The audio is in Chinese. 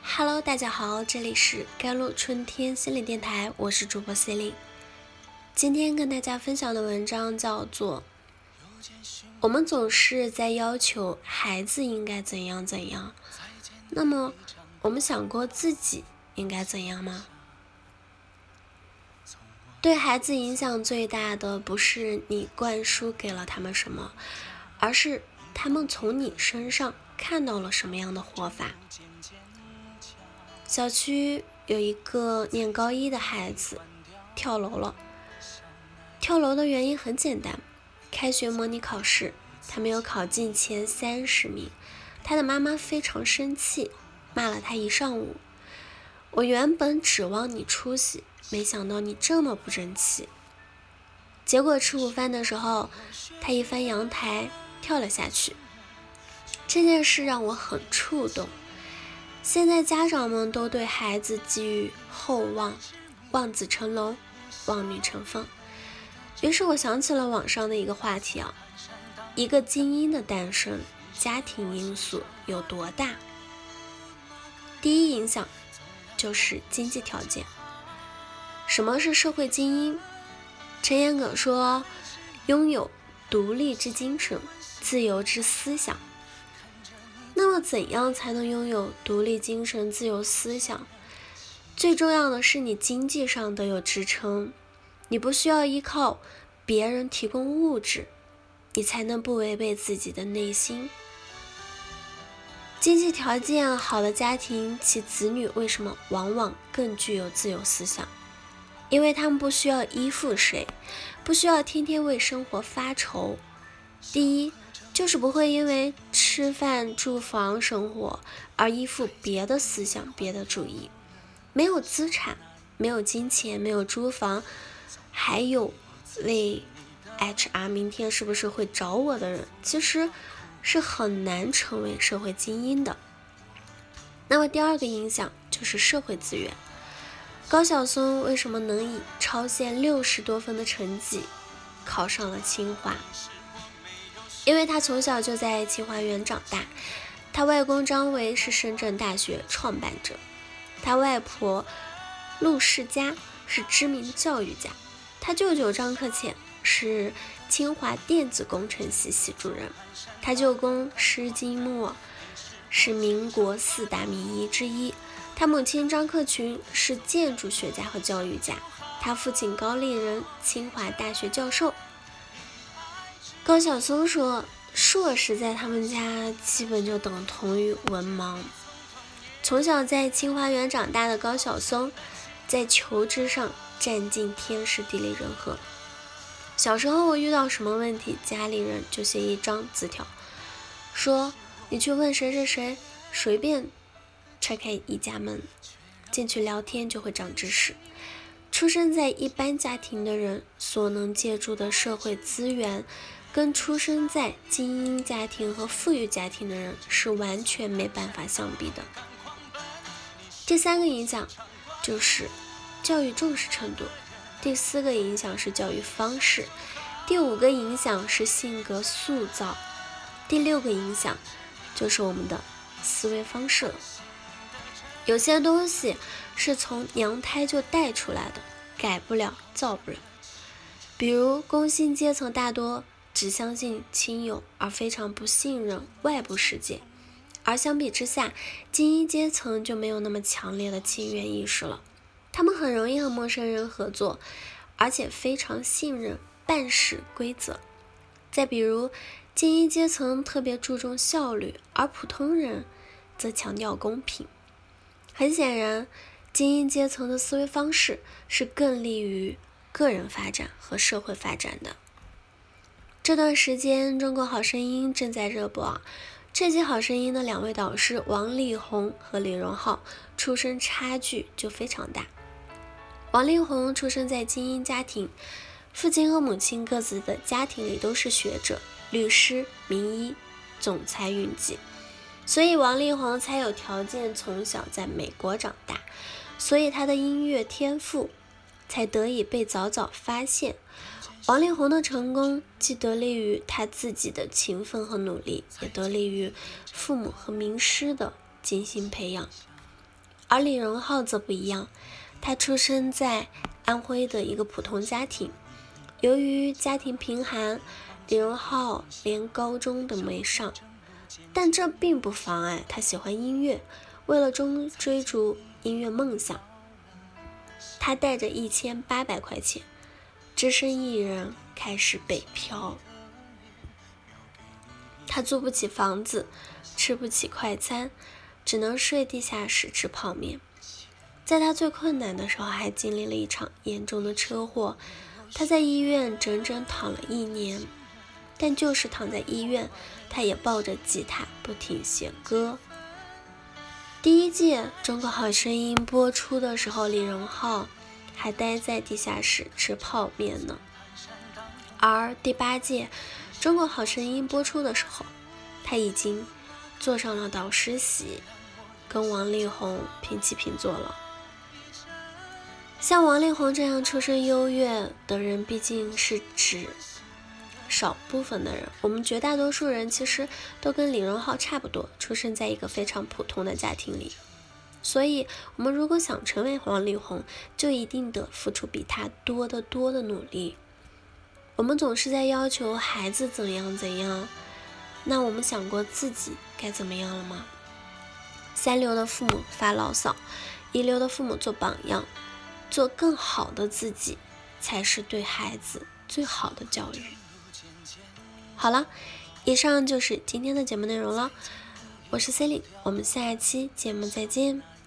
Hello， 大家好，这里是甘露春天心理电台，我是主播 Celine。今天跟大家分享的文章叫做我们总是在要求孩子应该怎样怎样，那么我们想过自己应该怎样吗？对孩子影响最大的不是你灌输给了他们什么，而是他们从你身上看到了什么样的活法。小区有一个念高一的孩子跳楼了，跳楼的原因很简单，开学模拟考试他没有考进前30名，他的妈妈非常生气，骂了他一上午。我原本指望你出息，没想到你这么不争气。结果吃午饭的时候，他一翻阳台跳了下去。这件事让我很触动。现在家长们都对孩子寄予厚望，望子成龙，望女成凤。于是我想起了网上的一个话题一个精英的诞生，家庭因素有多大？第一影响就是经济条件。什么是社会精英？陈彦耿说，拥有独立之精神，自由之思想。那么怎样才能拥有独立精神、自由思想？最重要的是你经济上得有支撑，你不需要依靠别人提供物质，你才能不违背自己的内心。经济条件好的家庭，其子女为什么往往更具有自由思想？因为他们不需要依附谁，不需要天天为生活发愁。第一，就是不会因为吃饭住房生活而依附别的思想、别的主义。没有资产，没有金钱，没有租房，还有为 HR 明天是不是会找我的人，其实是很难成为社会精英的。那么第二个影响就是社会资源。高晓松为什么能以超线60多分的成绩考上了清华？因为他从小就在清华园长大，他外公张维是深圳大学创办者，他外婆陆世佳是知名教育家，他舅舅张克俭是清华电子工程系系主任，他舅公施金墨是民国4大名医之一，他母亲张克群是建筑学家和教育家，他父亲高立仁清华大学教授。高晓松说，硕士在他们家基本就等同于文盲。从小在清华园长大的高晓松，在求知上占尽天时地利人和。小时候我遇到什么问题，家里人就写一张字条，说你去问谁谁谁，随便拆开一家门，进去聊天就会长知识。出生在一般家庭的人所能借助的社会资源，跟出生在精英家庭和富裕家庭的人是完全没办法相比的。第三个影响就是教育重视程度，第4个影响是教育方式，第5个影响是性格塑造，第6个影响就是我们的思维方式了。有些东西是从娘胎就带出来的，改不了造不了。比如工薪阶层大多只相信亲友，而非常不信任外部世界，而相比之下，精英阶层就没有那么强烈的亲缘意识了，他们很容易和陌生人合作，而且非常信任办事规则。再比如精英阶层特别注重效率，而普通人则强调公平。很显然，精英阶层的思维方式是更利于个人发展和社会发展的。这段时间中国好声音正在热播这期好声音的2位导师王力宏和李荣浩出身差距就非常大。王力宏出生在精英家庭，父亲和母亲各自的家庭里都是学者、律师、名医、总裁云集，所以王力宏才有条件从小在美国长大，所以他的音乐天赋才得以被早早发现。王力宏的成功既得力于他自己的勤奋和努力，也得力于父母和名师的精心培养。 而李荣浩则不一样，他出生在安徽的一个普通家庭，由于家庭贫寒，李荣浩连高中都没上，但这并不妨碍他喜欢音乐。为了追逐音乐梦想，他带着1800块钱，只身一人开始北漂。他租不起房子，吃不起快餐，只能睡地下室吃泡面。在他最困难的时候，还经历了一场严重的车祸，他在医院整整躺了1年。但就是躺在医院，他也抱着吉他不停写歌。第1届中国好声音播出的时候，李荣浩还待在地下室吃泡面呢。而第8届中国好声音播出的时候，他已经坐上了导师席，跟王力宏平起平坐了。像王力宏这样出身优越的人毕竟是指少部分的人，我们绝大多数人其实都跟李荣浩差不多，出生在一个非常普通的家庭里。所以我们如果想成为王力宏，就一定得付出比他多得多的努力。我们总是在要求孩子怎样怎样，那我们想过自己该怎么样了吗？3流的父母发牢骚，1流的父母做榜样，做更好的自己，才是对孩子最好的教育。好了，以上就是今天的节目内容了。我是 Celine， 我们下一期节目再见。